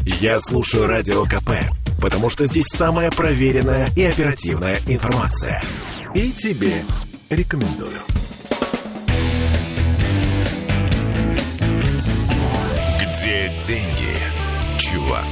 Я слушаю Радио КП, потому что здесь самая проверенная и оперативная информация. И тебе рекомендую. Где деньги, чувак?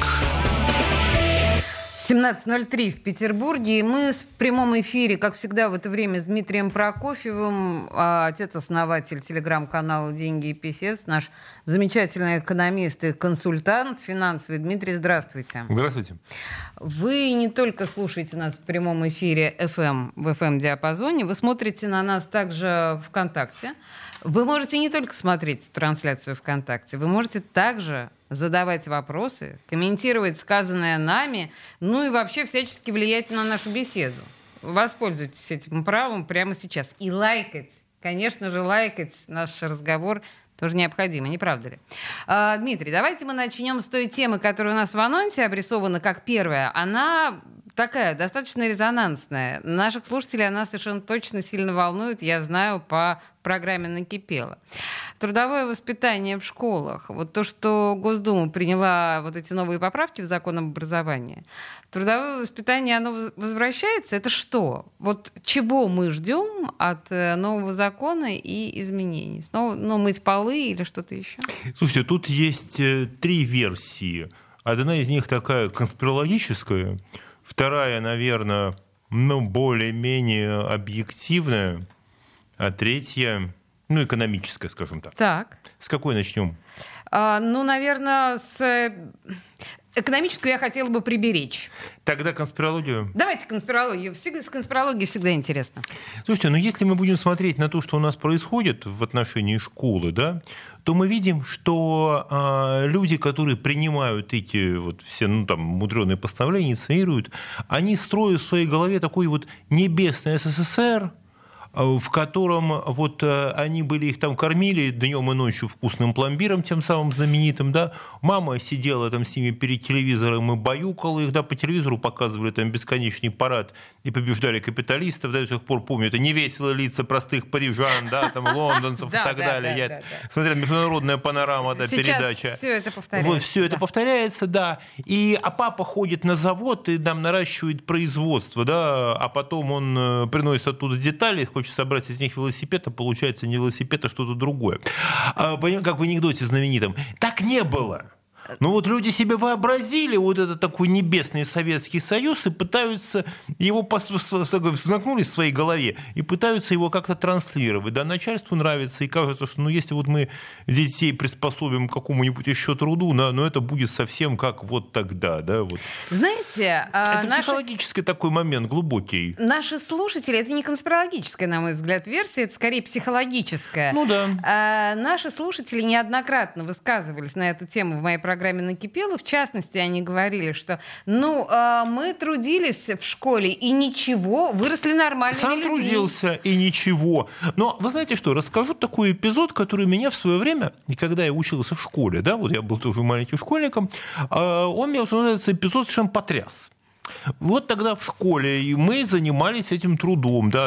17:03 в Петербурге, и мы в прямом эфире, как всегда в это время, с Дмитрием Прокофьевым, отец-основатель телеграм-канала «Деньги и писец», наш замечательный экономист и консультант финансовый. Дмитрий, здравствуйте. Здравствуйте. Вы не только слушаете нас в прямом эфире в FM-диапазоне, вы смотрите на нас также ВКонтакте. Вы можете не только смотреть трансляцию ВКонтакте, вы можете также задавать вопросы, комментировать сказанное нами, ну и вообще всячески влиять на нашу беседу. Воспользуйтесь этим правом прямо сейчас. И лайкать, конечно же, лайкать наш разговор тоже необходимо, не правда ли? Дмитрий, давайте мы начнем с той темы, которая у нас в анонсе обрисована как первая. Она такая, достаточно резонансная. Наших слушателей она совершенно точно сильно волнует, я знаю, по программе «Накипело». Трудовое воспитание в школах. Вот то, что Госдума приняла вот эти новые поправки в закон об образовании. Трудовое воспитание, оно возвращается. Это что? Вот чего мы ждем от нового закона и изменений? Снова мыть полы или что-то еще? Слушайте, тут есть три версии. Одна из них такая конспирологическая, вторая, наверное, более-менее объективная, а третья, экономическая, скажем так. Так. С какой начнем? Наверное, с экономическую я хотела бы приберечь. Тогда конспирологию? Давайте конспирологию. С конспирологией всегда интересно. Слушайте, если мы будем смотреть на то, что у нас происходит в отношении школы, да, то мы видим, что люди, которые принимают эти все мудреные постановления, инициируют, они строят в своей голове такой небесный СССР, в котором они были, их там кормили днем и ночью вкусным пломбиром, тем самым знаменитым, да. Мама сидела там с ними перед телевизором и баюкала их, да, по телевизору показывали там бесконечный парад и побеждали капиталистов, да, до сих пор помню, это невеселые лица простых парижан, да, там лондонцев и так далее. Я смотрел «Международная панорама», да, передача. Все это повторяется. Все это повторяется, да. А папа ходит на завод и там наращивает производство, да, а потом он приносит оттуда детали, хочет собрать из них велосипед, а получается не велосипед, а что-то другое. Как в анекдоте знаменитом. Так не было. Люди себе вообразили этот такой небесный Советский Союз и пытаются его, замкнулись в своей голове, и пытаются его как-то транслировать. Да, начальству нравится, и кажется, что если мы детей приспособим к какому-нибудь еще труду, но это будет совсем как тогда. Да, Знаете, это психологический такой момент, глубокий. Наши слушатели, это не конспирологическая, на мой взгляд, версия, это скорее психологическая. Да. Наши слушатели неоднократно высказывались на эту тему в моей программе «Накипело». В частности, они говорили, что мы трудились в школе и ничего, выросли нормальными людьми. Сам трудился и ничего. Но вы знаете что, расскажу такой эпизод, который меня в свое время, когда я учился в школе, да, я был тоже маленьким школьником, он меня, что называется, эпизод совершенно потряс. Тогда в школе мы занимались этим трудом, да,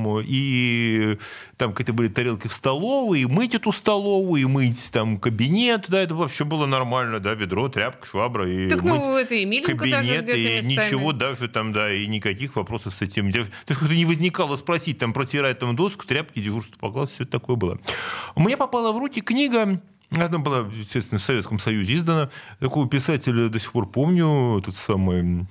и какие-то были тарелки в столовой, и мыть эту столовую, и мыть кабинет, да, это вообще было нормально, да, ведро, тряпка, швабра, и так, мыть это и кабинет, и ничего даже и никаких вопросов с этим. То есть не возникало спросить, протирать доску, тряпки, дежурство по классу, все это такое было. Мне попала в руки книга. Она была, естественно, в Советском Союзе издана. Такого писателя до сих пор помню, тот самый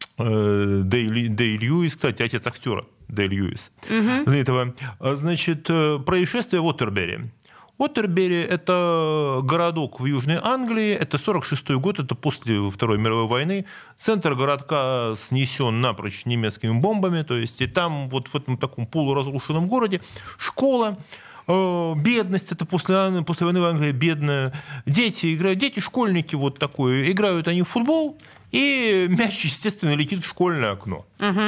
Дэй Льюис, кстати, отец актера Дэй Льюис. Этого. Значит, происшествие в Уотербери. Уотербери – это городок в Южной Англии, это 1946 год, это после Второй мировой войны. Центр городка снесен напрочь немецкими бомбами, то есть и там в этом таком полуразрушенном городе школа, бедность, это после войны в Англии бедная. Дети играют, школьники играют они в футбол, и мяч, естественно, летит в школьное окно.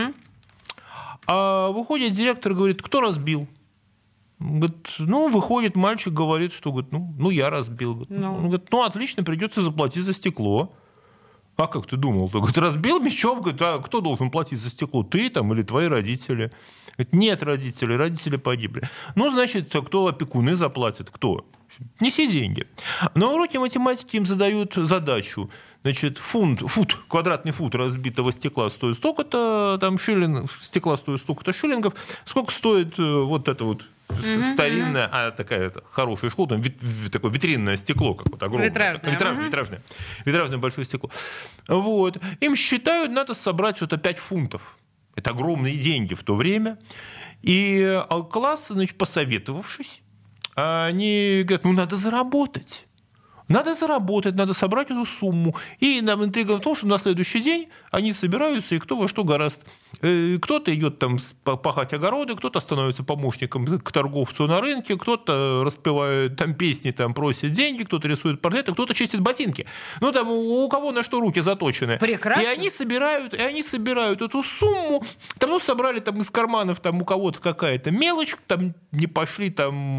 А выходит директор и говорит, кто разбил? Говорит, выходит мальчик, говорит, что я разбил. Он говорит, отлично, придется заплатить за стекло. А как ты думал? Говорит, разбил мечом, говорит, а кто должен платить за стекло? Ты там или твои родители? Говорит, нет родители погибли. Ну, значит, кто опекуны заплатят? Кто? Неси деньги. На уроке математики им задают задачу. Значит, квадратный фут разбитого стекла стоит столько-то, там стекла стоит столько-то шиллингов. Сколько стоит вот это вот старинное, такая хорошая школа, там такое витринное стекло, как вот огромное. Витражное большое стекло. Вот. Им считают, надо собрать что-то 5 фунтов. Это огромные деньги в то время. И класс, значит, посоветовавшись, они говорят, надо заработать. Надо собрать эту сумму. И нам интрига в том, что на следующий день они собираются, и кто во что гораст. Кто-то идет там пахать огороды, кто-то становится помощником к торговцу на рынке, кто-то распевает там песни, там просит деньги, кто-то рисует портреты, кто-то чистит ботинки. Ну, там у кого на что руки заточены. Прекрасно. И они собирают эту сумму. Там, собрали там из карманов там у кого-то какая-то мелочь, там не пошли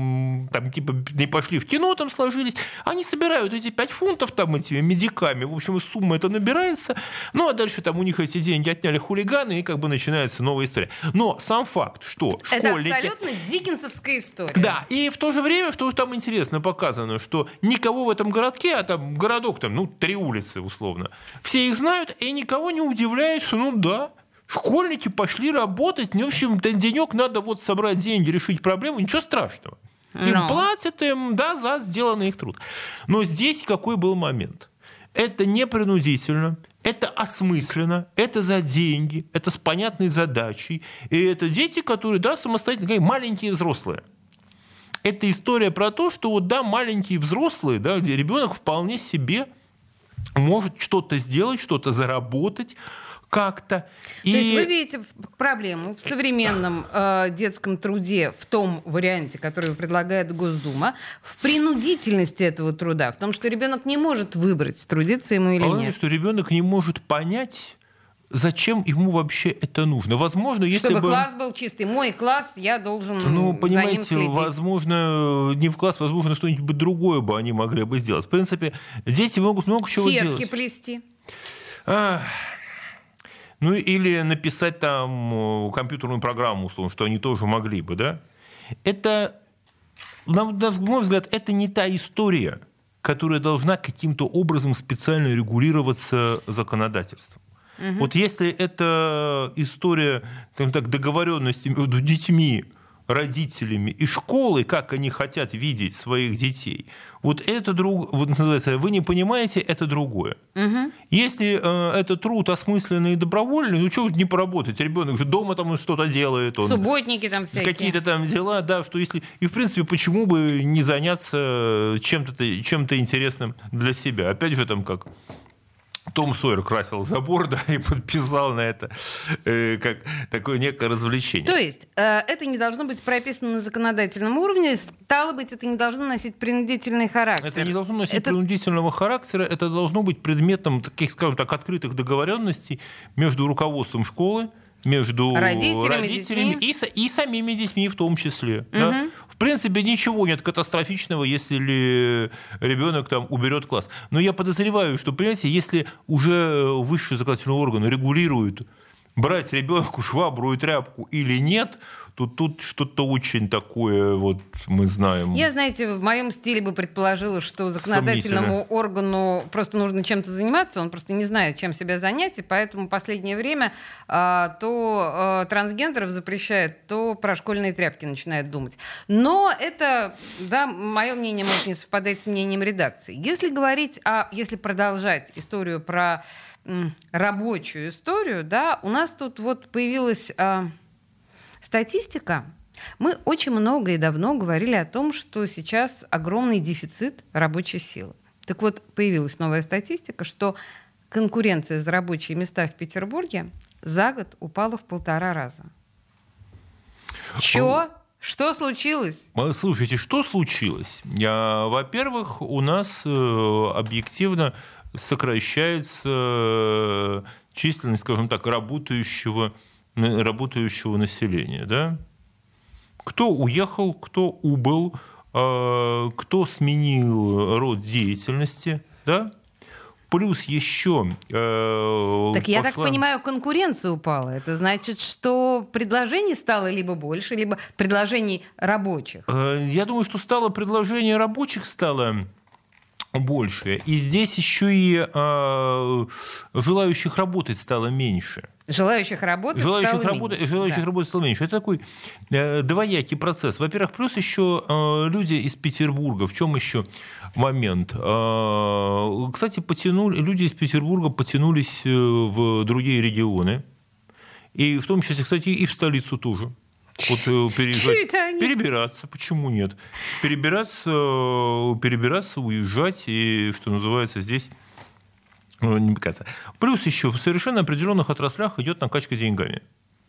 в кино, там сложились. Они собирают эти 5 фунтов там этими медиками. В общем, сумма эта набирается. Ну, а дальше там у них эти деньги отняли хулиганы, и как бы начинается новая история. Но сам факт, что школьники... Это абсолютно диккенсовская история. Да, и в то же время, там интересно показано, что никого в этом городке, а там городок, 3 улицы условно, все их знают, и никого не удивляет, что, школьники пошли работать, в общем, денек надо собрать деньги, решить проблему, ничего страшного. Им платят за сделанный их труд. Но здесь какой был момент? Это не принудительно, это осмысленно, это за деньги, это с понятной задачей. И это дети, которые, самостоятельно, маленькие взрослые. Это история про то, что маленькие взрослые, где ребенок вполне себе может что-то сделать, что-то заработать как-то. То есть вы видите проблему в современном детском труде, в том варианте, который предлагает Госдума, в принудительности этого труда, в том, что ребенок не может выбрать, трудиться ему или нет. Что ребенок не может понять, зачем ему вообще это нужно. Возможно, если чтобы класс был чистый. Мой класс, я должен за ним следить. Возможно, не в класс, возможно, что-нибудь другое бы они могли бы сделать. В принципе, дети могут много чего делать. Сетки плести. Или написать там компьютерную программу, условно, что они тоже могли бы, да? Это, на мой взгляд, это не та история, которая должна каким-то образом специально регулироваться законодательством. Угу. Вот если это история, договоренности между детьми, родителями и школой, как они хотят видеть своих детей, это называется, вы не понимаете, это другое. Угу. Если это труд осмысленный и добровольный, чего не поработать? Ребенок же дома там что-то делает. Субботники там всякие. Какие-то там дела, что если... И, в принципе, почему бы не заняться чем-то интересным для себя? Опять же, как... Том Сойер красил забор, и подписал на это как такое некое развлечение. То есть это не должно быть прописано на законодательном уровне, стало быть, это не должно носить принудительный характер. Это не должно носить принудительного характера, это должно быть предметом таких, скажем так, открытых договоренностей между руководством школы, между родителями и самими детьми в том числе. Угу. Да? В принципе, ничего нет катастрофичного, если ребенок уберет класс. Но я подозреваю, что, понимаете, если уже высший законодательный орган регулирует, брать ребенку швабру и тряпку или нет, то тут что-то очень такое, мы знаем. Я, в моем стиле бы предположила, что законодательному органу просто нужно чем-то заниматься, он просто не знает, чем себя занять, и поэтому в последнее время то трансгендеров запрещает, то про школьные тряпки начинает думать. Но это, мое мнение может не совпадать с мнением редакции. Если продолжать историю про рабочую историю, у нас тут появилась статистика. Мы очень много и давно говорили о том, что сейчас огромный дефицит рабочей силы. Так вот, появилась новая статистика, что конкуренция за рабочие места в Петербурге за год упала в 1,5 раза. Что случилось? Слушайте, что случилось? Во-первых, у нас объективно сокращается численность, скажем так, работающего населения. Да? Кто уехал, кто убыл, кто сменил род деятельности. Да? Плюс еще... Так я так понимаю, конкуренция упала. Это значит, что предложений стало либо больше, либо предложений рабочих. Я думаю, что предложение рабочих стало больше. И здесь еще и желающих работать стало меньше. Желающих работать стало меньше. Это такой двоякий процесс. Во-первых, плюс еще люди из Петербурга. В чем еще момент? Кстати, люди из Петербурга потянулись в другие регионы. И в том числе, кстати, и в столицу тоже. Вот перебираться, почему нет? Перебираться, уезжать и, что называется, здесь не кажется. Плюс еще в совершенно определенных отраслях идет накачка деньгами.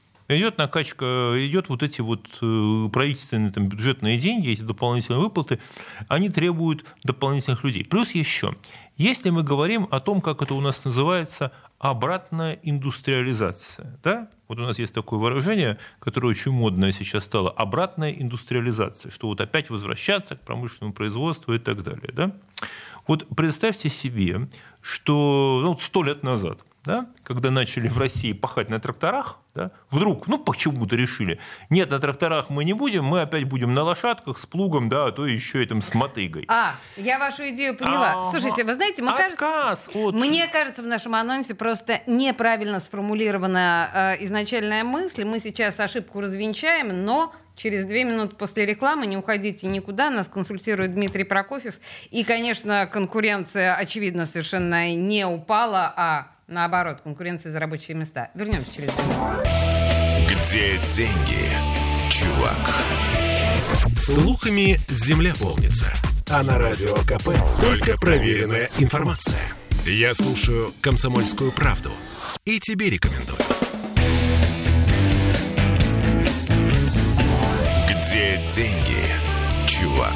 Идет вот эти вот правительственные там, бюджетные деньги, эти дополнительные выплаты, они требуют дополнительных людей. Плюс еще, если мы говорим о том, как это у нас называется, обратная индустриализация, да? Вот у нас есть такое выражение, которое очень модное сейчас стало, обратная индустриализация, что вот опять возвращаться к промышленному производству и так далее. Да? Вот представьте себе, что 100 лет назад, да, когда начали в России пахать на тракторах, да, вдруг, почему-то решили, нет, на тракторах мы не будем, мы опять будем на лошадках с плугом, да, а то еще и там с мотыгой. Я вашу идею поняла. Слушайте, вы знаете, мне кажется, в нашем анонсе просто неправильно сформулирована изначальная мысль. Мы сейчас ошибку развенчаем, но через 2 минуты после рекламы, не уходите никуда, нас консультирует Дмитрий Прокофьев. И, конечно, конкуренция, очевидно, совершенно не упала, а наоборот, конкуренция за рабочие места. Вернемся через 2 минуты. Где деньги, чувак? Слухами земля полнится. А на Радио КП только проверенная информация. Я слушаю «Комсомольскую правду» и тебе рекомендую. Где деньги, чувак?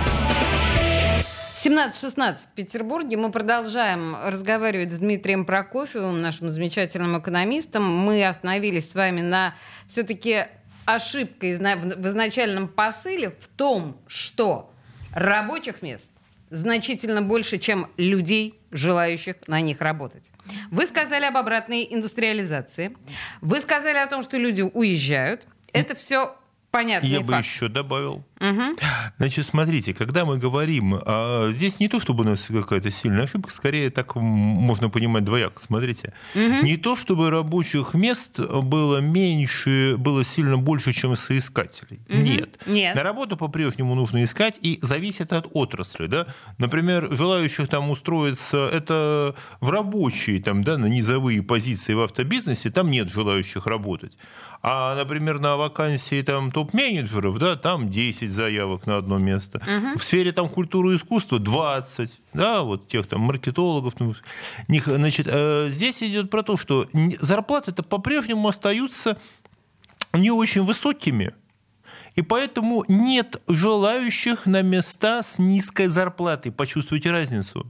17:16 в Петербурге. Мы продолжаем разговаривать с Дмитрием Прокофьевым, нашим замечательным экономистом. Мы остановились с вами на все-таки ошибке в изначальном посыле в том, что рабочих мест значительно больше, чем людей, желающих на них работать. Вы сказали об обратной индустриализации. Вы сказали о том, что люди уезжают. Это все понятный факт. Я бы еще добавил. Значит, смотрите, когда мы говорим, здесь не то, чтобы у нас какая-то сильная ошибка, скорее так можно понимать двояко. Смотрите, не то, чтобы рабочих мест было меньше, было сильно больше, чем соискателей. Нет. На работу по-прежнему нужно искать, и зависит от отрасли. Да? Например, желающих там устроиться, это в рабочие, там, да, на низовые позиции в автобизнесе, там нет желающих работать. А, например, на вакансии там, топ-менеджеров, да, там 10 заявок на одно место. В сфере там, культуры и искусства 20, да, вот тех там маркетологов. Значит, здесь идет про то, что зарплаты-то по-прежнему остаются не очень высокими. И поэтому нет желающих на места с низкой зарплатой. Почувствуйте разницу.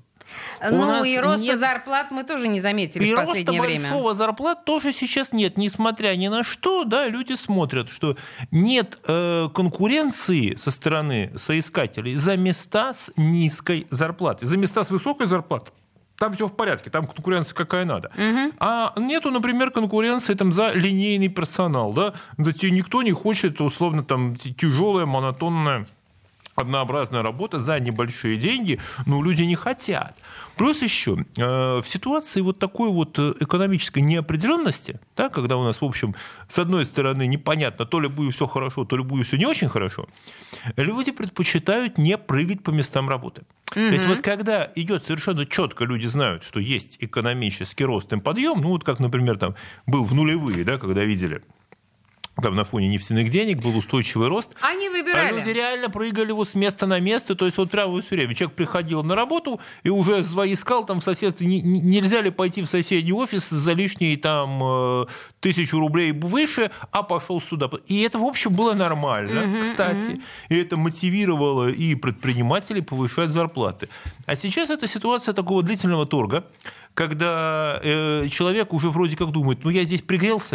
И роста зарплат мы тоже не заметили в последнее время. И роста большого зарплат тоже сейчас нет. Несмотря ни на что, да, люди смотрят, что нет конкуренции со стороны соискателей за места с низкой зарплатой. За места с высокой зарплатой там все в порядке, там конкуренция какая надо. А нету, например, конкуренции там, за линейный персонал. Да? Никто не хочет, условно, там, тяжелая, монотонная, однообразная работа за небольшие деньги, но люди не хотят. Плюс еще в ситуации вот такой вот экономической неопределенности, да, когда у нас, в общем, с одной стороны непонятно, то ли будет все хорошо, то ли будет все не очень хорошо, люди предпочитают не прыгать по местам работы. То есть вот когда идет совершенно четко, люди знают, что есть экономический рост и подъем, ну вот как, например, там был в нулевые, да, когда видели, там на фоне нефтяных денег был устойчивый рост. Они выбирали. А люди реально прыгали вот с места на место. То есть вот прямо все время. Человек приходил на работу и уже искал там в соседстве, нельзя ли пойти в соседний офис за лишние там 1000 рублей выше, а пошел сюда. И это, в общем, было нормально, кстати. И это мотивировало и предпринимателей повышать зарплаты. А сейчас это ситуация такого длительного торга, когда человек уже вроде как думает, ну я здесь пригрелся,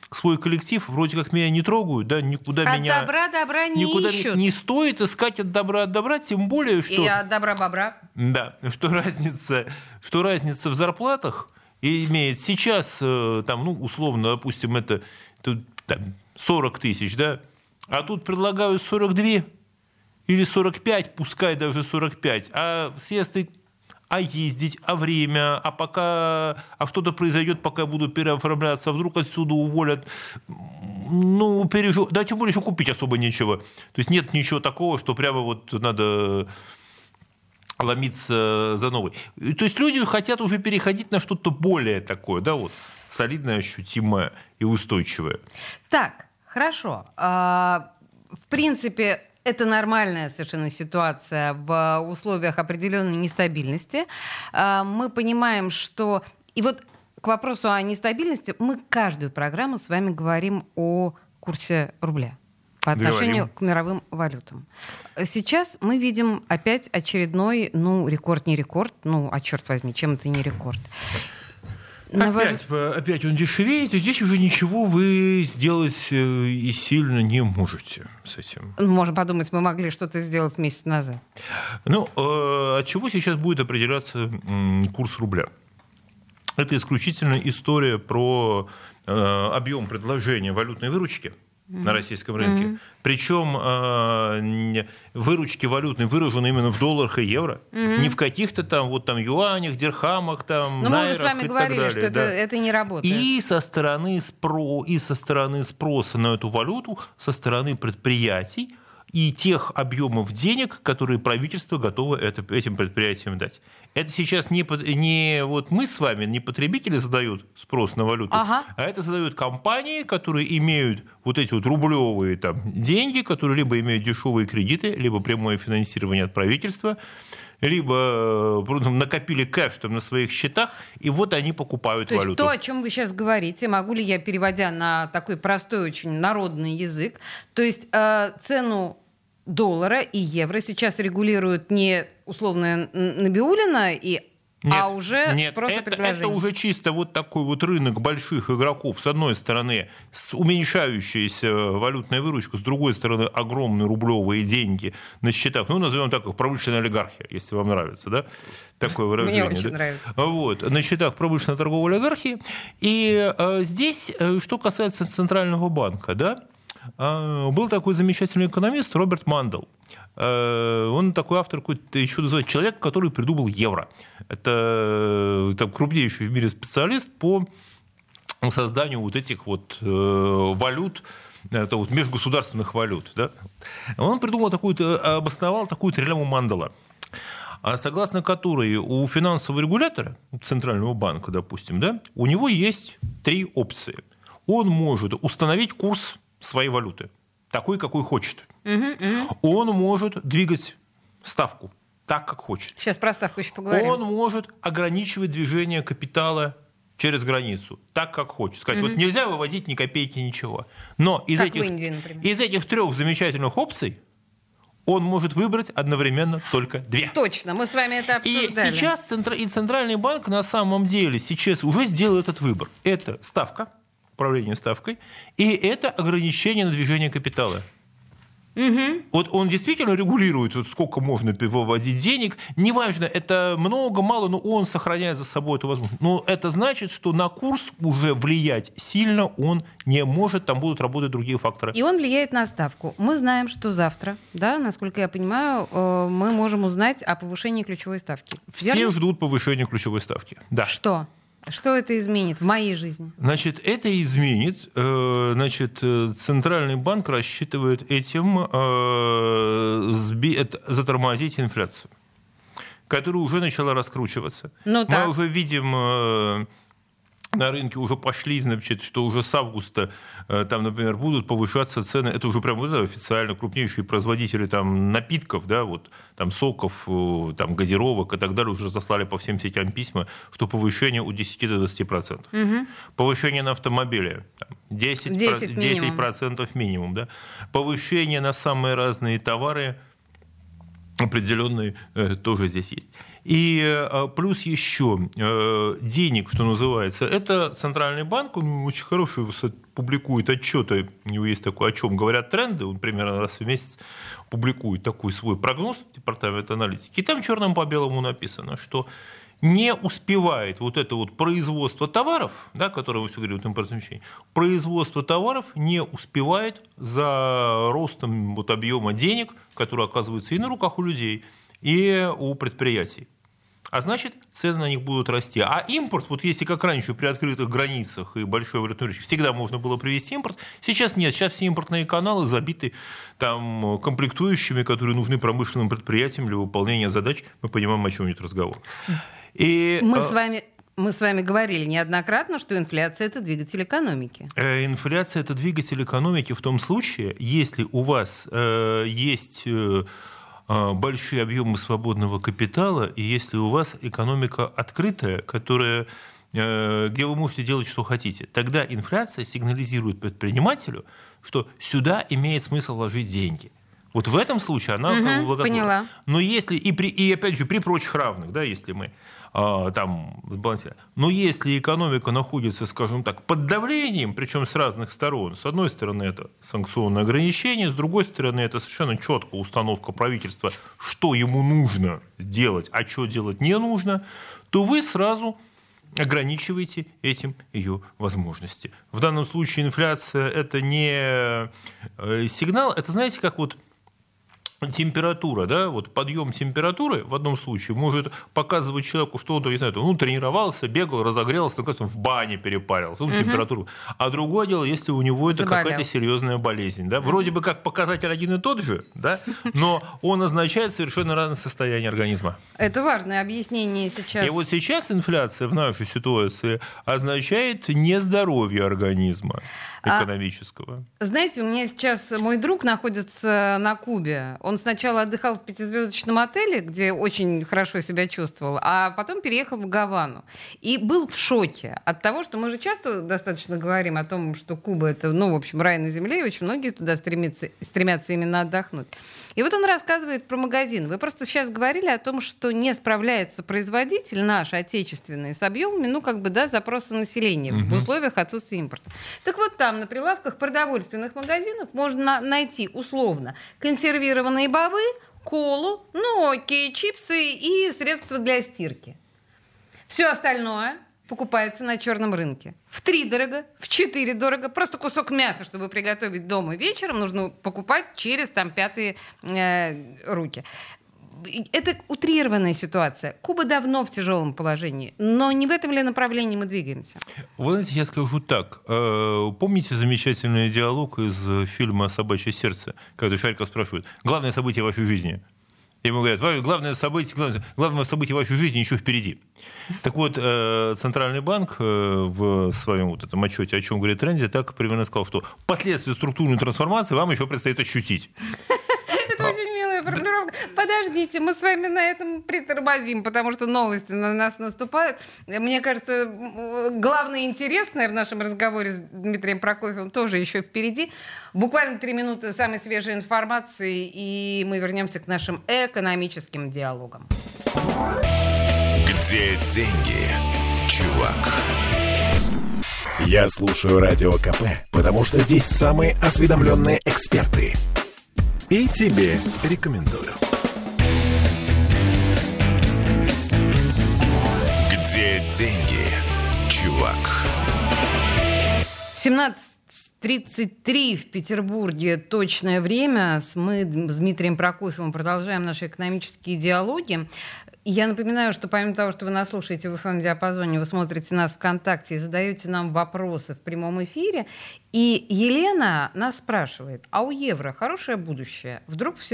свой коллектив, вроде как меня не трогают, да, никуда от меня... От добра не никуда ищут. Не стоит искать от добра, тем более, что... И от добра бобра. Да, что разница в зарплатах имеет сейчас, там, ну, условно, допустим, это там, 40 тысяч, да, а тут предлагают 42 или 45, пускай даже 45, а съезды, а ездить, а время, а что-то произойдет, пока будут переоформляться, а вдруг отсюда уволят, ну, да, тем более еще купить особо нечего. То есть нет ничего такого, что прямо вот надо ломиться за новый. То есть люди хотят уже переходить на что-то более такое, да, вот, солидное, ощутимое и устойчивое. Так, хорошо. В принципе, это нормальная совершенно ситуация в условиях определенной нестабильности. Мы понимаем, что... И вот к вопросу о нестабильности мы каждую программу с вами говорим о курсе рубля по отношению к мировым валютам. Сейчас мы видим опять очередной, рекорд, не рекорд, черт возьми, чем это не рекорд? Опять он дешевеет, и здесь уже ничего вы сделать и сильно не можете с этим. Можно подумать, мы могли что-то сделать месяц назад. От чего сейчас будет определяться курс рубля? Это исключительно история про объем предложения валютной выручки на российском рынке. Причем выручки валютные выражены именно в долларах и евро. Не в каких-то там, юанях, дирхамах, там, найрах. Мы уже с вами говорили, что это не работает. И со стороны спроса на эту валюту, со стороны предприятий и тех объемов денег, которые правительство готово этим предприятиям дать. Это сейчас не мы с вами, не потребители задают спрос на валюту, а это задают компании, которые имеют вот эти рублевые там деньги, которые либо имеют дешевые кредиты, либо прямое финансирование от правительства, либо накопили кэш там на своих счетах, и вот они покупают валюту. То есть то, о чем вы сейчас говорите, могу ли я, переводя на такой простой, очень народный язык, то есть цену доллара и евро сейчас регулируют не условно Набиуллина, а уже спрос и предложение. Это уже чисто такой рынок больших игроков. С одной стороны, с уменьшающейся валютной выручкой, с другой стороны, огромные рублевые деньги на счетах. Назовем так, их промышленная олигархия, если вам нравится, да? Такое выражение. Мне очень нравится. На счетах промышленной торговой олигархии. И здесь, что касается Центрального банка, да, был такой замечательный экономист Роберт Мандел. Он такой автор, еще называется человек, который придумал евро. Это крупнейший в мире специалист по созданию этих валют, межгосударственных валют. Да? Он обосновал такую трилемму Мандела, согласно которой у финансового регулятора, Центрального банка, допустим, да, у него есть 3 опции. Он может установить курс своей валюты, такой, какой хочет. Он может двигать ставку так, как хочет. Сейчас про ставку еще поговорим. Он может ограничивать движение капитала через границу, так, как хочет. Сказать, нельзя выводить ни копейки, ничего. Но из этих 3 замечательных опций он может выбрать одновременно только 2. Точно, мы с вами это обсуждали. И сейчас Центральный банк на самом деле сейчас уже сделал этот выбор. Это ставка, управление ставкой, и это ограничение на движение капитала. Он действительно регулирует, сколько можно выводить денег. Неважно, это много, мало, но он сохраняет за собой эту возможность. Но это значит, что на курс уже влиять сильно он не может, там будут работать другие факторы. И он влияет на ставку. Мы знаем, что завтра, да, насколько я понимаю, мы можем узнать о повышении ключевой ставки. Все ждут повышения ключевой ставки. Да. Что? Что это изменит в моей жизни? Это изменит. Центральный банк рассчитывает этим затормозить инфляцию, которая уже начала раскручиваться. Мы уже видим... На рынке уже пошли, что уже с августа, там, например, будут повышаться цены. Это уже прямо официально крупнейшие производители там, напитков, да, там, соков, там, газировок и так далее уже заслали по всем сетям письма, что повышение от 10 до 20%. Повышение на автомобили 10% минимум. Да? Повышение на самые разные товары определенные тоже здесь есть. И плюс еще денег, что называется, это Центральный банк, он очень хороший, публикует отчеты, у него есть такой, о чем говорят тренды, он примерно раз в месяц публикует такой свой прогноз, департамент аналитики, и там черным по белому написано, что не успевает вот это вот производство товаров, да, которое мы все говорили, вот импортозамещение, производство товаров не успевает за ростом вот объема денег, который оказывается и на руках у людей, и у предприятий. А значит, цены на них будут расти. А импорт, вот если как раньше при открытых границах и большой валютной речи всегда можно было привезти импорт, сейчас нет. Сейчас все импортные каналы забиты там комплектующими, которые нужны промышленным предприятиям для выполнения задач. Мы понимаем, о чем идет разговор. И мы с вами говорили неоднократно, что инфляция – это двигатель экономики. Инфляция – это двигатель экономики в том случае, если у вас есть большие объемы свободного капитала, и если у вас экономика открытая, где вы можете делать, что хотите, тогда инфляция сигнализирует предпринимателю, что сюда имеет смысл вложить деньги. Вот в этом случае она благотворна. Поняла. Но если, и опять же, при прочих равных, да, если мы там сбалансировать. Но если экономика находится, скажем так, под давлением, причем с разных сторон, с одной стороны это санкционные ограничения, с другой стороны это совершенно четкая установка правительства, что ему нужно делать, а что делать не нужно, то вы сразу ограничиваете этим ее возможности. В данном случае инфляция – это не сигнал, это, знаете, как вот температура, да, вот подъем температуры в одном случае может показывать человеку, что он, не знаю, тренировался, бегал, разогрелся, в бане перепарился, температуру. А другое дело, если у него это какая-то серьезная болезнь. Да? Вроде бы как показатель один и тот же, да? Но он означает совершенно разное состояние организма. Это важное объяснение сейчас. И вот сейчас инфляция в нашей ситуации означает нездоровье организма экономического. Знаете, у меня сейчас мой друг находится на Кубе. Он сначала отдыхал в 5-звездочном отеле, где очень хорошо себя чувствовал, а потом переехал в Гавану. И был в шоке от того, что мы же часто достаточно говорим о том, что Куба — это, в общем, рай на земле, и очень многие туда стремятся именно отдохнуть. И вот он рассказывает про магазин. Вы просто сейчас говорили о том, что не справляется производитель наш, отечественный, с объемами, запроса населения в условиях отсутствия импорта. Так вот там, на прилавках продовольственных магазинов, можно найти условно консервированные бобы, колу, окей, чипсы и средства для стирки. Все остальное покупается на черном рынке. втридорого, вчетыредорого. Просто кусок мяса, чтобы приготовить дома вечером, нужно покупать через пятые руки. Это утрированная ситуация. Куба давно в тяжелом положении, но не в этом ли направлении мы двигаемся? Вы знаете, я скажу так. Помните замечательный диалог из фильма «Собачье сердце», когда Шариков спрашивает: главное событие вашей жизни? Ему говорят: главное событие вашей жизни еще впереди. Так вот, Центральный банк в своем этом отчете, о чем говорит тренде, так примерно сказал, что последствия структурной трансформации вам еще предстоит ощутить. Это очень милая формулировка. Подождите, мы с вами на этом притормозим, потому что новости на нас наступают. Мне кажется, главное интересное в нашем разговоре с Дмитрием Прокофьевым тоже еще впереди. Буквально 3 минуты самой свежей информации, и мы вернемся к нашим экономическим диалогам. Где деньги, чувак? Я слушаю Радио КП, потому что здесь самые осведомленные эксперты. И тебе рекомендую. Где деньги, чувак? 17:33 в Петербурге точное время. Мы с Дмитрием Прокофьевым продолжаем наши экономические диалоги. Я напоминаю, что помимо того, что вы нас слушаете в FM-диапазоне, вы смотрите нас ВКонтакте и задаете нам вопросы в прямом эфире. И Елена нас спрашивает: а у евро хорошее будущее? Вдруг все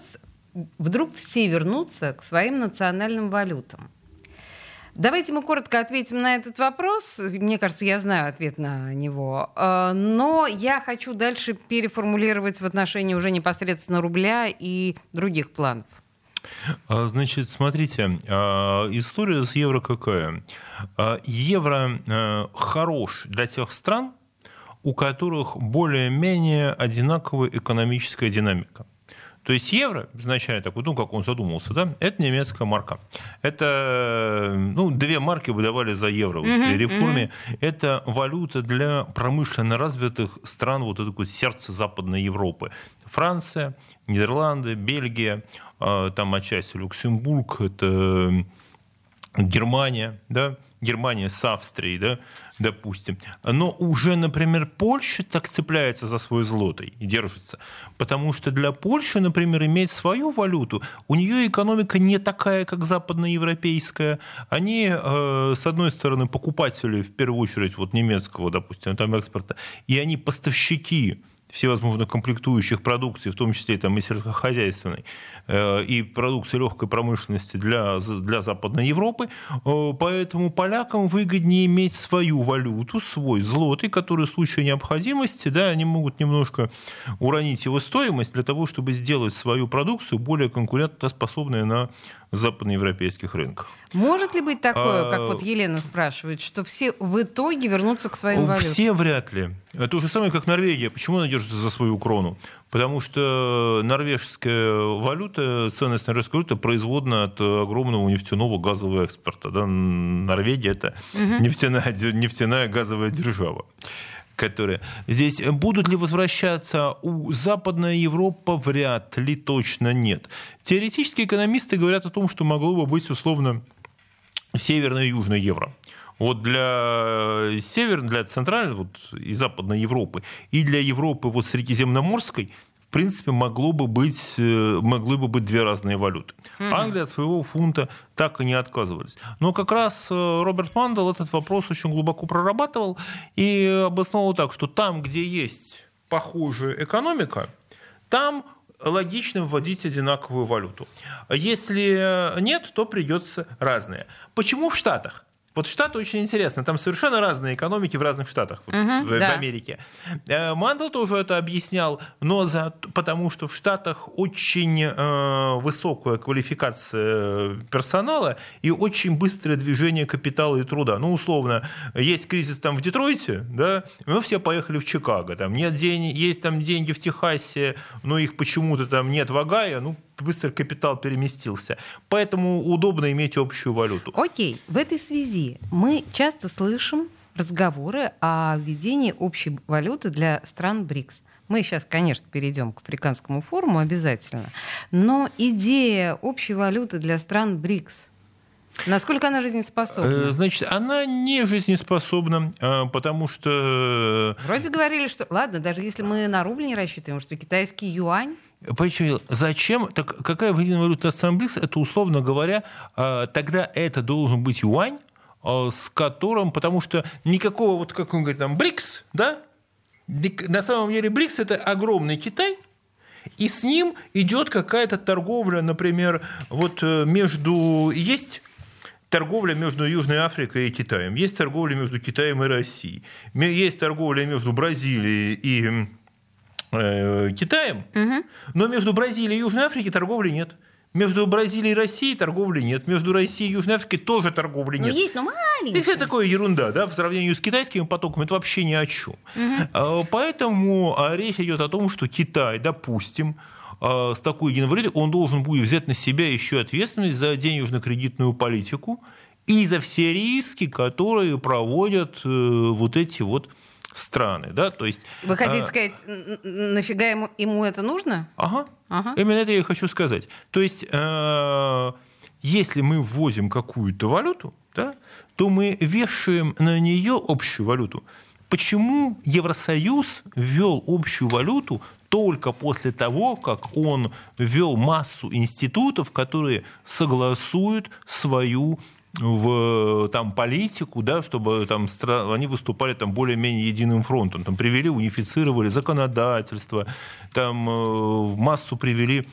вернутся к своим национальным валютам? Давайте мы коротко ответим на этот вопрос. Мне кажется, я знаю ответ на него. Но я хочу дальше переформулировать в отношении уже непосредственно рубля и других планов. Значит, смотрите, история с евро какая? Евро хорош для тех стран, у которых более-менее одинаковая экономическая динамика. То есть евро, изначально так, ну, как он задумался, да, это немецкая марка. Это, 2 марки выдавали за евро при реформе. Это валюта для промышленно развитых стран, вот это вот сердце Западной Европы. Франция, Нидерланды, Бельгия, там отчасти Люксембург, это Германия, да, Германия с Австрией, да, допустим. Но уже, например, Польша так цепляется за свой злотый и держится. Потому что для Польши, например, иметь свою валюту, у нее экономика не такая, как западноевропейская. Они, с одной стороны, покупатели, в первую очередь, вот немецкого, допустим, там экспорта, и они поставщики всевозможных комплектующих продукций, в том числе там, и сельскохозяйственной, и продукции легкой промышленности для Западной Европы. Поэтому полякам выгоднее иметь свою валюту, свой злотый, который в случае необходимости, да, они могут немножко уронить его стоимость для того, чтобы сделать свою продукцию более конкурентоспособной на западноевропейских рынках. Может ли быть такое, как вот Елена спрашивает, что все в итоге вернутся к своим валютам? Все вряд ли. То же самое, как Норвегия. Почему она держится за свою крону? Потому что норвежская валюта, ценность норвежской валюты производна от огромного нефтяного газового экспорта. Да? Норвегия – это нефтяная газовая держава. Которые здесь будут ли возвращаться у Западная Европа, вряд ли, точно нет. Теоретически экономисты говорят о том, что могло бы быть условно Северное и Южное евро. Вот для Центральной вот, и Западной Европы и для Европы вот, Средиземноморской в принципе, могли бы быть 2 разные валюты. Англия от своего фунта так и не отказывались. Но как раз Роберт Мандел этот вопрос очень глубоко прорабатывал и обосновал так, что там, где есть похожая экономика, там логично вводить одинаковую валюту. Если нет, то придется разные. Почему в Штатах? Вот Штаты очень интересно, там совершенно разные экономики в разных штатах в Америке. Мандел тоже это объяснял, но потому что в Штатах очень высокая квалификация персонала и очень быстрое движение капитала и труда. Ну, условно, есть кризис там в Детройте, да, мы все поехали в Чикаго, там нет денег, есть там деньги в Техасе, но их почему-то там нет в Огайо, ну, быстро капитал переместился. Поэтому удобно иметь общую валюту. Окей. В этой связи мы часто слышим разговоры о введении общей валюты для стран БРИКС. Мы сейчас, конечно, перейдем к Африканскому форуму обязательно. Но идея общей валюты для стран БРИКС, насколько она жизнеспособна? Значит, она не жизнеспособна, потому что... Вроде говорили, что... Ладно, даже если мы на рубль не рассчитываем, что китайский юань... Почему? Зачем? Так какая единая валюта стран БРИКС? Это, условно говоря, тогда это должен быть юань, с которым... Потому что никакого, вот как он говорит, там, БРИКС, да? На самом деле БРИКС – это огромный Китай, и с ним идет какая-то торговля, например, вот между... Есть торговля между Южной Африкой и Китаем, есть торговля между Китаем и Россией, есть торговля между Бразилией и Китаем, но между Бразилией и Южной Африкой торговли нет. Между Бразилией и Россией торговли нет. Между Россией и Южной Африкой тоже торговли нет. Ну, есть, но маленькая. Это такое ерунда, да, в сравнении с китайскими потоками, это вообще ни о чем. Поэтому речь идет о том, что Китай, допустим, с такой единой валютой, он должен будет взять на себя еще ответственность за денежно-кредитную политику и за все риски, которые проводят вот эти вот страны, да, то есть... Вы хотите сказать, нафига ему это нужно? Ага. Именно это я и хочу сказать. То есть, если мы ввозим какую-то валюту, да, то мы вешаем на нее общую валюту. Почему Евросоюз ввел общую валюту только после того, как он ввел массу институтов, которые согласуют свою политику, да, чтобы там, они выступали там, более-менее единым фронтом. Там, привели, унифицировали законодательство, там, массу привели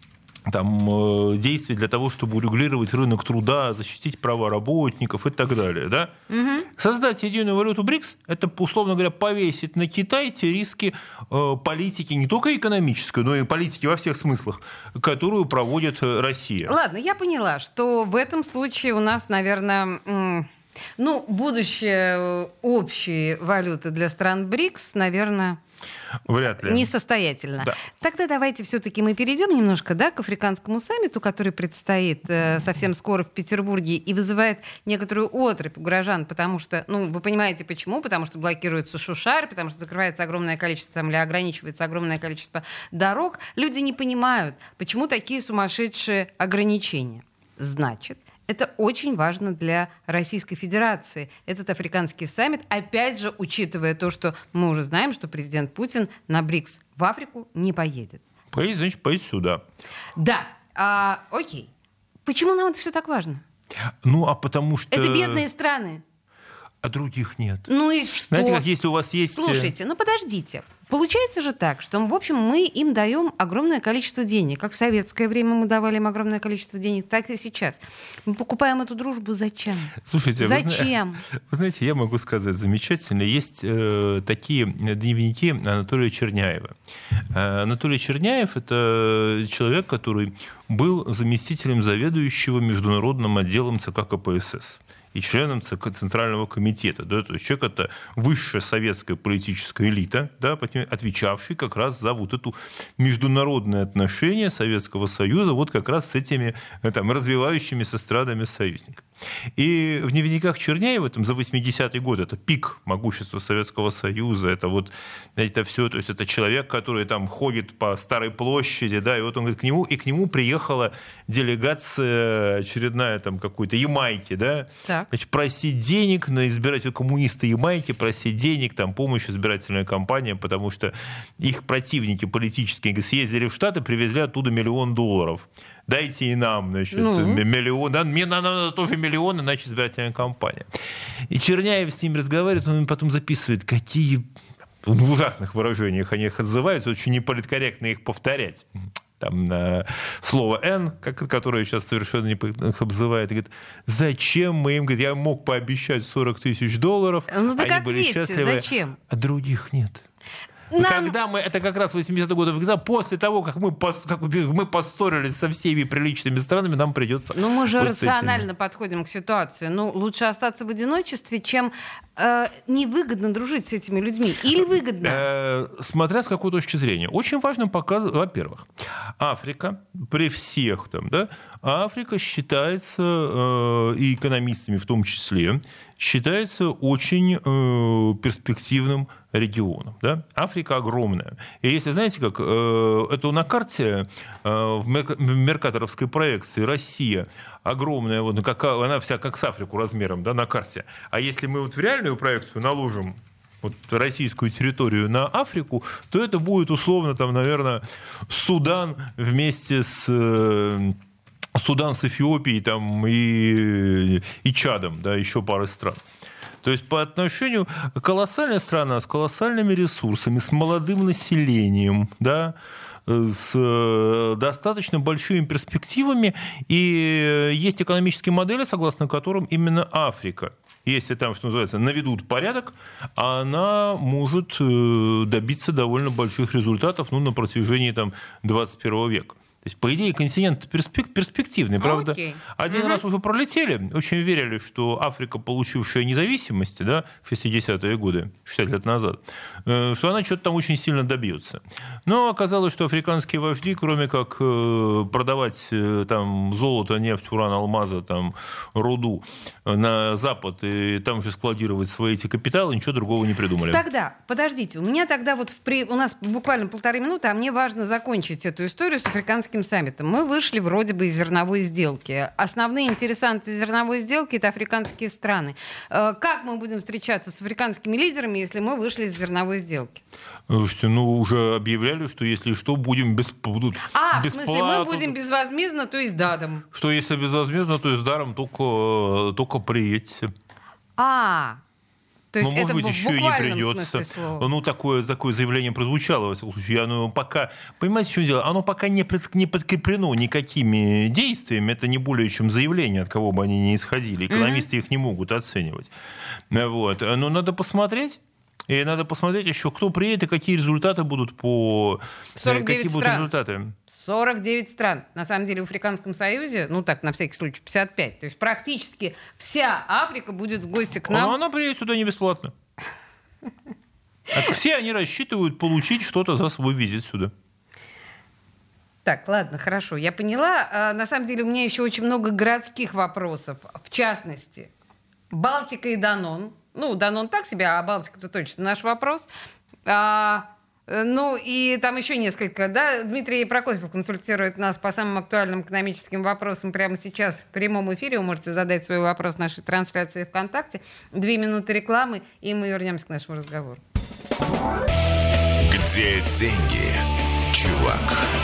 там, действий для того, чтобы урегулировать рынок труда, защитить права работников и так далее. Да? Создать единую валюту БРИКС – это, условно говоря, повесить на Китай те риски политики, не только экономической, но и политики во всех смыслах, которую проводит Россия. Ладно, я поняла, что в этом случае у нас, наверное, будущее общей валюты для стран БРИКС, наверное, Вряд ли. Несостоятельно. Да. Тогда давайте все-таки мы перейдем немножко, да, к африканскому саммиту, который предстоит совсем скоро в Петербурге и вызывает некоторую отрыбь у горожан, потому что, вы понимаете почему, потому что блокируется Шушар, потому что закрывается огромное количество, или ограничивается огромное количество дорог. Люди не понимают, почему такие сумасшедшие ограничения. Значит, это очень важно для Российской Федерации, этот африканский саммит, опять же, учитывая то, что мы уже знаем, что президент Путин на БРИКС в Африку не поедет. Поедет, значит, поедет сюда. Да, окей. Почему нам это все так важно? Потому что... Это бедные страны. А других нет. Ну и что? Знаете, как если у вас есть... Слушайте, подождите. Получается же так, что, в общем, мы им даем огромное количество денег. Как в советское время мы давали им огромное количество денег, так и сейчас. Мы покупаем эту дружбу зачем? Слушайте, зачем? Вы знаете, я могу сказать замечательно. Есть такие дневники Анатолия Черняева. Анатолий Черняев — это человек, который был заместителем заведующего международным отделом ЦК КПСС и членом Центрального комитета. Да, то есть человек — это высшая советская политическая элита, да, отвечавший как раз за вот это международное отношение Советского Союза вот как раз с этими развивающимися странами союзников. И в дневниках Черняева за 80-й год, это пик могущества Советского Союза, это все, то есть это человек, который там ходит по Старой площади, да, и вот он говорит, к нему приехала делегация очередная какой-то Ямайки, да, значит, просить денег на избирателя коммуниста Ямайки, просить денег, помощь избирательная кампания, потому что их противники политические съездили в Штаты, привезли оттуда $1 миллион. Дайте и нам, значит, миллион. Да, мне надо тоже миллион, иначе избирательная кампания. И Черняев с ним разговаривает, он потом записывает, какие в ужасных выражениях они их отзываются, очень неполиткорректно их повторять. На слово «Н», которое сейчас совершенно не обзывает, и говорит, зачем мы им, говорит, я мог пообещать $40 тысяч, они были счастливы, зачем? А других нет. Когда это как раз 80-е годы, после того, как мы поссорились со всеми приличными странами, нам придется... мы же рационально подходим к ситуации. Лучше остаться в одиночестве, чем невыгодно дружить с этими людьми. Или выгодно? Смотря с какой точки зрения. Очень важно показывать, во-первых, Африка при всех Африка считается, и экономистами в том числе, считается очень перспективным регионом. Да? Африка огромная. И если, знаете, как это на карте в меркаторовской проекции Россия огромная, она вся как с Африку размером, да, на карте. А если мы в реальную проекцию наложим российскую территорию на Африку, то это будет условно, наверное, Судан вместе с... Судан с Эфиопией и Чадом, да, еще пары стран. То есть по отношению колоссальная страна с колоссальными ресурсами, с молодым населением, да, с достаточно большими перспективами. И есть экономические модели, согласно которым именно Африка, если там, что называется, наведут порядок, она может добиться довольно больших результатов на протяжении 21 века. То есть, по идее, континент перспективный, правда? Один раз уже пролетели, очень верили, что Африка, получившая независимость, да, в 60-е годы, 60 лет назад, что она что-то там очень сильно добьется. Но оказалось, что африканские вожди, кроме как продавать золото, нефть, уран, алмазы, руду на Запад и там же складировать свои эти капиталы, ничего другого не придумали. Тогда, подождите, у меня тогда у нас буквально 1,5 минуты, а мне важно закончить эту историю с африканским саммитом. Мы вышли вроде бы из зерновой сделки. Основные интересанты зерновой сделки — это африканские страны. Как мы будем встречаться с африканскими лидерами, если мы вышли из зерновой сделки? Слушайте, уже объявляли, что если что, будем бесплатно. В смысле, мы будем безвозмездно, то есть даром. Что если безвозмездно, то есть даром, только приедьте. То есть может это быть, еще и не придется. Такое заявление прозвучало, во всяком случае. Оно пока, понимаете, в чем дело? Оно пока не подкреплено никакими действиями. Это не более чем заявление, от кого бы они ни исходили. Экономисты их не могут оценивать. Но надо посмотреть. И надо посмотреть еще, кто приедет и какие результаты будут 49 будут результаты. 49 стран. На самом деле в Африканском Союзе, на всякий случай, 55. То есть практически вся Африка будет в гости к нам. Но она приедет сюда не бесплатно. Все они рассчитывают получить что-то за свой визит сюда. Так, ладно, хорошо, я поняла. На самом деле у меня еще очень много городских вопросов. В частности, Балтика и Данон. Ну, Данон так себе, а Балтика-то точно наш вопрос. Ну, и там еще несколько. Да? Дмитрий Прокофьев консультирует нас по самым актуальным экономическим вопросам прямо сейчас в прямом эфире. Вы можете задать свой вопрос в нашей трансляции ВКонтакте. 2 минуты рекламы, и мы вернемся к нашему разговору. Где деньги, чувак?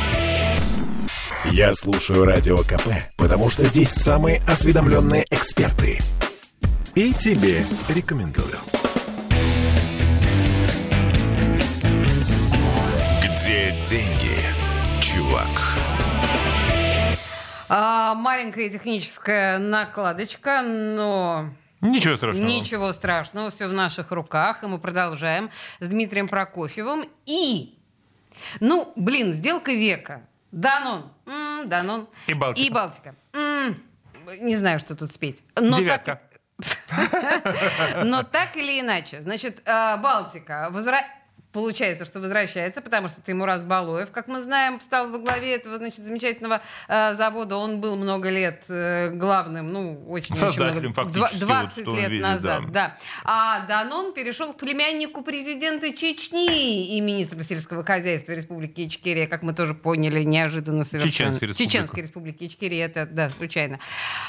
Я слушаю Радио КП, потому что здесь самые осведомленные эксперты. И тебе рекомендую. Где деньги, чувак? Маленькая техническая накладочка, но... Ничего страшного. Ничего страшного, все в наших руках, и мы продолжаем с Дмитрием Прокофьевым. И, сделка века. Данон. И Балтика. Не знаю, что тут спеть. Девятка. Но так или иначе, значит, Балтика получается, что возвращается, потому что Теймураз Балоев, как мы знаем, встал во главе этого, значит, замечательного завода. Он был много лет главным, создателем, много, фактически. 20 лет назад, да. А Данон перешел к племяннику президента Чечни и министра сельского хозяйства Республики Ичкерия, как мы тоже поняли, неожиданно совершенно. Чеченской Республики Ичкерия, это, да, случайно.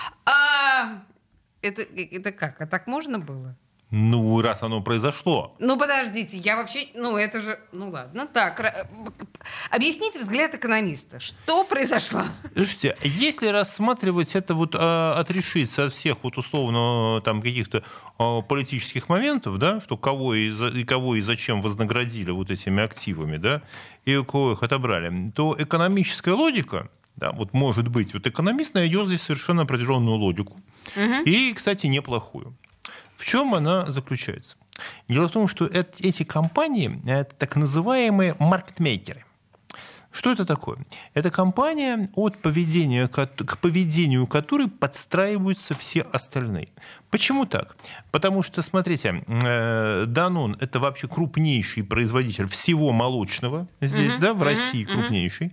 Это как? А так можно было? Раз оно произошло. Подождите, я вообще... это же... ладно, так. Объясните взгляд экономиста. Что произошло? Слушайте, если рассматривать это отрешиться от всех условно там каких-то политических моментов, да, что кого и зачем вознаградили этими активами, да, и у кого их отобрали, то экономическая логика, да, может быть, экономист найдет здесь совершенно определенную логику. И, кстати, неплохую. В чем она заключается? Дело в том, что эти компании – это так называемые маркетмейкеры. Что это такое? Это компания, к поведению которой подстраиваются все остальные. Почему так? Потому что, смотрите, Данон – это вообще крупнейший производитель всего молочного здесь, в России крупнейший.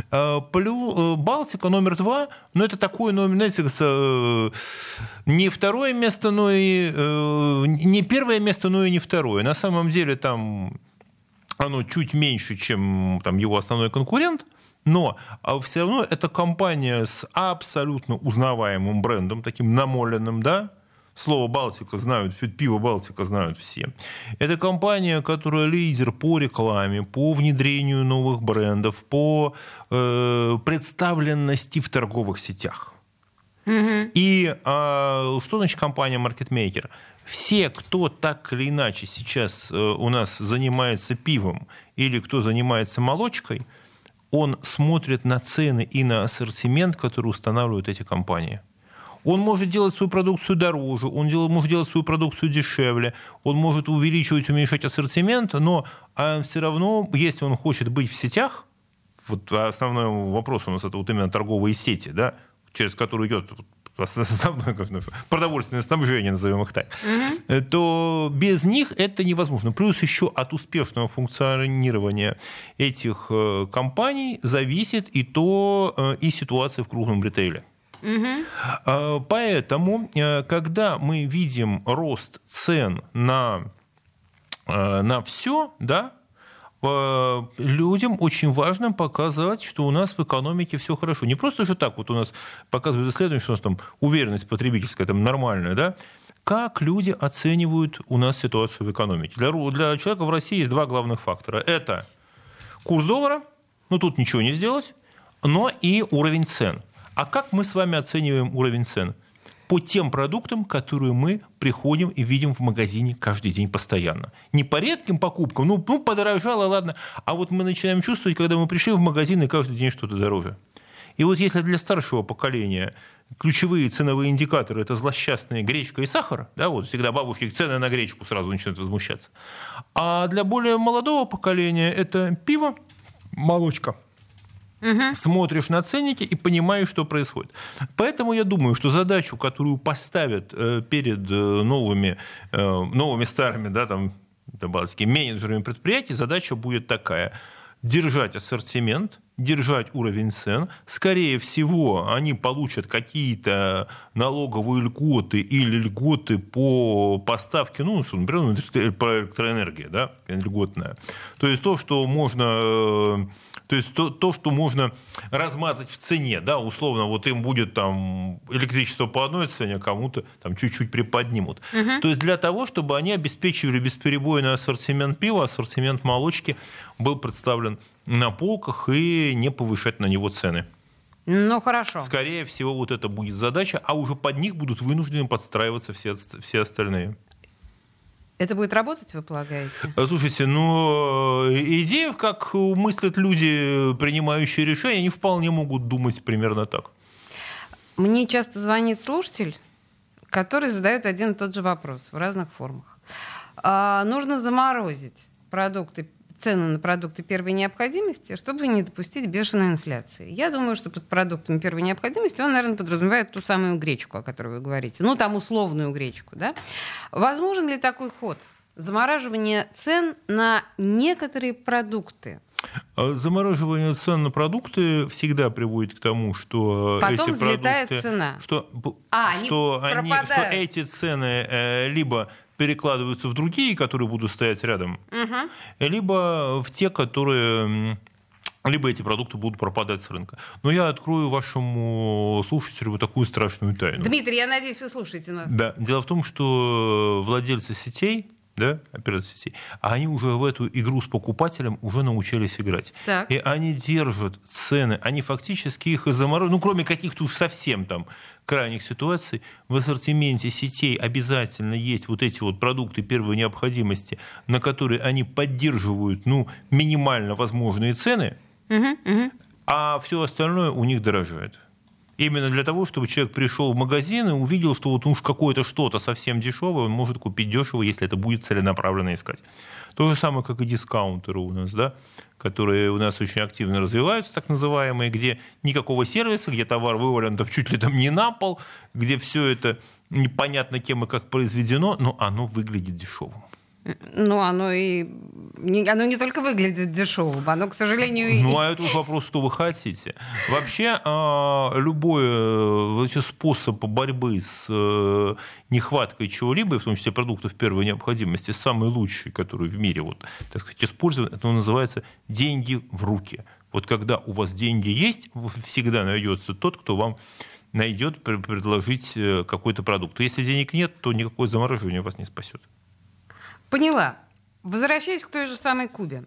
Балтика номер 2, это такое, знаете, не второе место, но и не первое место, но и не второе. На самом деле там... оно чуть меньше, чем его основной конкурент, но все равно это компания с абсолютно узнаваемым брендом, таким намоленным, да? Слово «Балтика» знают, пиво «Балтика» знают все. Это компания, которая лидер по рекламе, по внедрению новых брендов, по представленности в торговых сетях. И что значит компания «Маркетмейкер»? Все, кто так или иначе сейчас у нас занимается пивом или кто занимается молочкой, он смотрит на цены и на ассортимент, который устанавливают эти компании. Он может делать свою продукцию дороже, он может делать свою продукцию дешевле, он может увеличивать, уменьшать ассортимент, но все равно, если он хочет быть в сетях, основной вопрос у нас это именно торговые сети, да, через которые идет основное продовольственное снабжение, назовем их так, то без них это невозможно. Плюс еще от успешного функционирования этих компаний зависит и ситуация в крупном ритейле. Поэтому, когда мы видим рост цен на все, да, людям очень важно показать, что у нас в экономике все хорошо. Не просто же так, у нас показывают исследования, что у нас там уверенность потребительская там нормальная, да? Как люди оценивают у нас ситуацию в экономике? Для человека в России есть 2 главных фактора. Это курс доллара, тут ничего не сделать, но и уровень цен. А как мы с вами оцениваем уровень цен? По тем продуктам, которые мы приходим и видим в магазине каждый день постоянно. Не по редким покупкам, подорожало, ладно. А мы начинаем чувствовать, когда мы пришли в магазин и каждый день что-то дороже. И если для старшего поколения ключевые ценовые индикаторы – это злосчастные гречка и сахар, да, всегда бабушки цены на гречку сразу начинают возмущаться. А для более молодого поколения это пиво, молочка. Смотришь на ценники и понимаешь, что происходит. Поэтому я думаю, что задачу, которую поставят перед новыми старыми, да, менеджерами предприятий задача будет такая: держать ассортимент, держать уровень цен. Скорее всего, они получат какие-то налоговые льготы или льготы по поставке, например, по электроэнергии, да, льготная. То есть то, что можно... То, что можно размазать в цене, да, условно, вот им будет там электричество по одной цене, а кому-то там чуть-чуть приподнимут. То есть для того, чтобы они обеспечивали бесперебойный ассортимент пива, ассортимент молочки был представлен на полках и не повышать на него цены. Ну, хорошо. Скорее всего, вот это будет задача, а уже под них будут вынуждены подстраиваться все остальные. Это будет работать, вы полагаете? Слушайте, идея, как мыслят люди, принимающие решения, они вполне могут думать примерно так. Мне часто звонит слушатель, который задает один и тот же вопрос в разных формах. Нужно заморозить цены на продукты первой необходимости, чтобы не допустить бешеной инфляции. Я думаю, что под продуктами первой необходимости он, наверное, подразумевает ту самую гречку, о которой вы говорите. Там условную гречку. Да? Возможен ли такой ход? Замораживание цен на некоторые продукты. Замораживание цен на продукты всегда приводит к тому, что потом эти взлетает продукты, цена. что эти цены либо перекладываются в другие, которые будут стоять рядом, либо в те, либо эти продукты будут пропадать с рынка. Но я открою вашему слушателю такую страшную тайну. Дмитрий, я надеюсь, вы слушаете нас. Да. Дело в том, что владельцы сетей, да, операторы сетей, они уже в эту игру с покупателем уже научились играть. Так. И они держат цены, они фактически их и заморозили, кроме каких-то уж совсем там крайних ситуаций, в ассортименте сетей обязательно есть вот эти вот продукты первой необходимости, на которые они поддерживают минимально возможные цены, а все остальное у них дорожает. Именно для того, чтобы человек пришел в магазин и увидел, что вот уж какое-то что-то совсем дешевое он может купить дешево, если это будет целенаправленно искать. То же самое, как и дискаунтеры у нас, да, которые у нас очень активно развиваются, так называемые, где никакого сервиса, где товар вывален чуть ли не на пол, где все это непонятно кем и как произведено, но оно выглядит дешевым. Оно не только выглядит дешевым, оно, к сожалению... А это вопрос, что вы хотите. Вообще, любой способ борьбы с нехваткой чего-либо, в том числе продуктов первой необходимости, самый лучший, который в мире использован, это называется «деньги в руки». Вот когда у вас деньги есть, всегда найдется тот, кто вам найдет предложить какой-то продукт. Если денег нет, то никакое замораживание вас не спасет. Поняла. Возвращаясь к той же самой Кубе.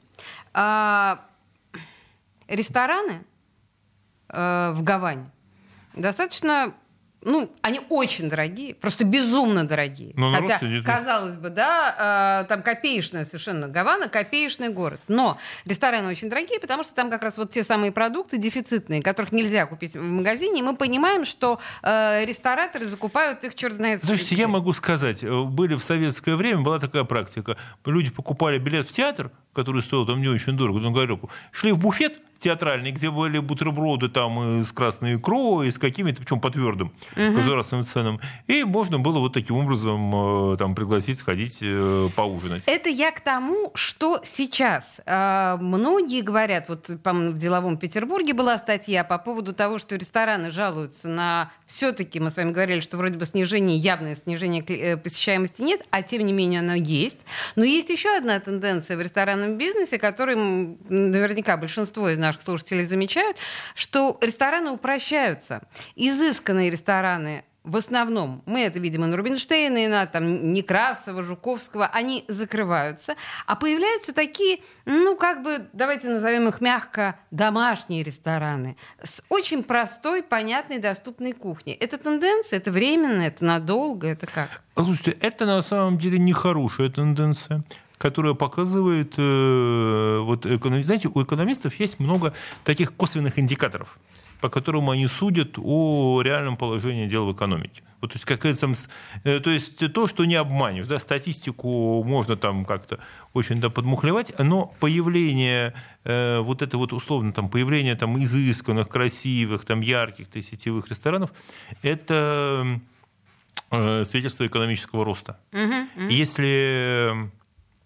Рестораны в Гаване достаточно... они очень дорогие, просто безумно дорогие. Хотя, казалось бы, да, там копеечная совершенно Гавана, копеечный город. Но рестораны очень дорогие, потому что там как раз вот те самые продукты дефицитные, которых нельзя купить в магазине. И мы понимаем, что рестораторы закупают их черт знает сколько. Слушайте, я могу сказать, в советское время была такая практика. Люди покупали билет в театр, который стоил там не очень дорого, шли в буфет театральный, где были бутерброды там с красной икрой, с какими-то, причем по твердым государственным ценам. И можно было вот таким образом там пригласить сходить поужинать. Это я к тому, что сейчас многие говорят, вот в деловом Петербурге была статья по поводу того, что рестораны жалуются на... Все-таки мы с вами говорили, что вроде бы явное снижение посещаемости нет, а тем не менее оно есть. Но есть еще одна тенденция в ресторанном бизнесе, которую наверняка большинство из наших слушателей замечают, что рестораны упрощаются. Изысканные рестораны в основном, мы это видим и на Рубинштейна, и на Некрасова, Жуковского, они закрываются, а появляются такие, давайте назовем их мягко, домашние рестораны с очень простой, понятной, доступной кухней. Это тенденция, это временно, это надолго, это как? Слушайте, это на самом деле нехорошая тенденция, которая показывает, знаете, у экономистов есть много таких косвенных индикаторов, по которым они судят о реальном положении дел в экономике. То есть то, что не обманешь, да, статистику можно там как-то очень подмухлевать, но появление появление там изысканных, красивых, там ярких сетевых ресторанов, это свидетельство экономического роста. Если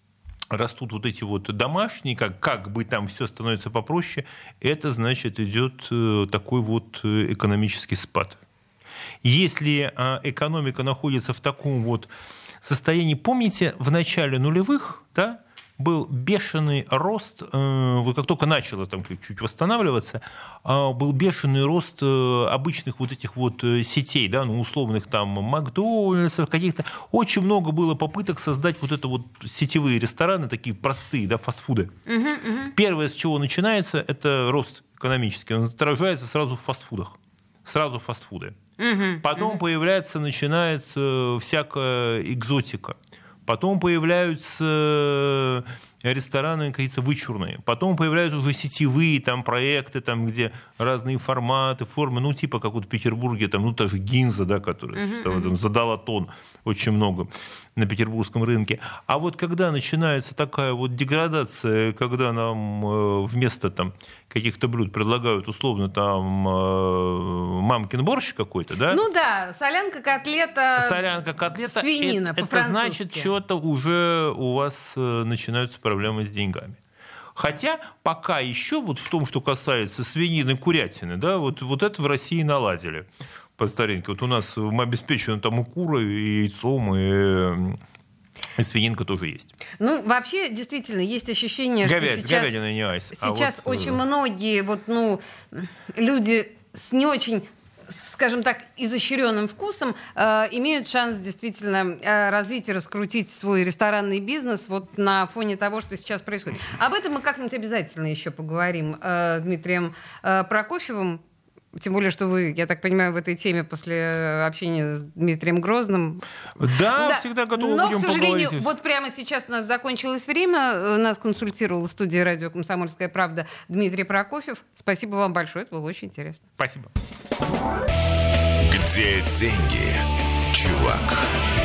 растут вот эти вот домашние, как бы там все становится попроще, это значит идет такой вот экономический спад. Если экономика находится в таком вот состоянии, помните, в начале нулевых, да, был бешеный рост, вот как только начало там чуть восстанавливаться, был бешеный рост обычных вот этих вот сетей, да, ну, условных там Макдональдсов, каких-то. Очень много было попыток создать вот это вот сетевые рестораны, такие простые, да, фастфуды. Первое, с чего начинается, это рост экономический. Он отражается сразу в фастфудах. Сразу фастфуды. Потом начинается всякая экзотика. Потом появляются рестораны какие-то вычурные. Потом появляются уже сетевые там, проекты, там, где разные форматы, формы, ну, типа как вот в Петербурге, там, ну, та же Гинза, да, которая там, задала тон очень много на петербургском рынке. А вот когда начинается такая вот деградация, когда нам вместо там, каких-то блюд предлагают условно там мамкин борщ какой-то, да? Ну да, солянка-котлета, свинина это значит, что-то уже у вас начинаются проблемы с деньгами. Хотя пока еще вот в том, что касается свинины, курятины, да, вот это в России наладили по старинке. Вот у нас мы обеспечены там и курой, и яйцом, и свининка тоже есть. Ну, вообще, действительно, есть ощущение, что говядина не айс. Сейчас очень многие вот, ну, люди с не очень, скажем так, изощренным вкусом имеют шанс действительно развить и раскрутить свой ресторанный бизнес вот на фоне того, что сейчас происходит. Об этом мы как-нибудь обязательно еще поговорим с Дмитрием Прокофьевым. Тем более, что вы, я так понимаю, в этой теме после общения с Дмитрием Грозным... Да, всегда готовы будем поговорить. Но, к сожалению, вот прямо сейчас у нас закончилось время. Нас консультировал в студии радио «Комсомольская правда» Дмитрий Прокофьев. Спасибо вам большое, это было очень интересно. Спасибо. Где деньги, чувак?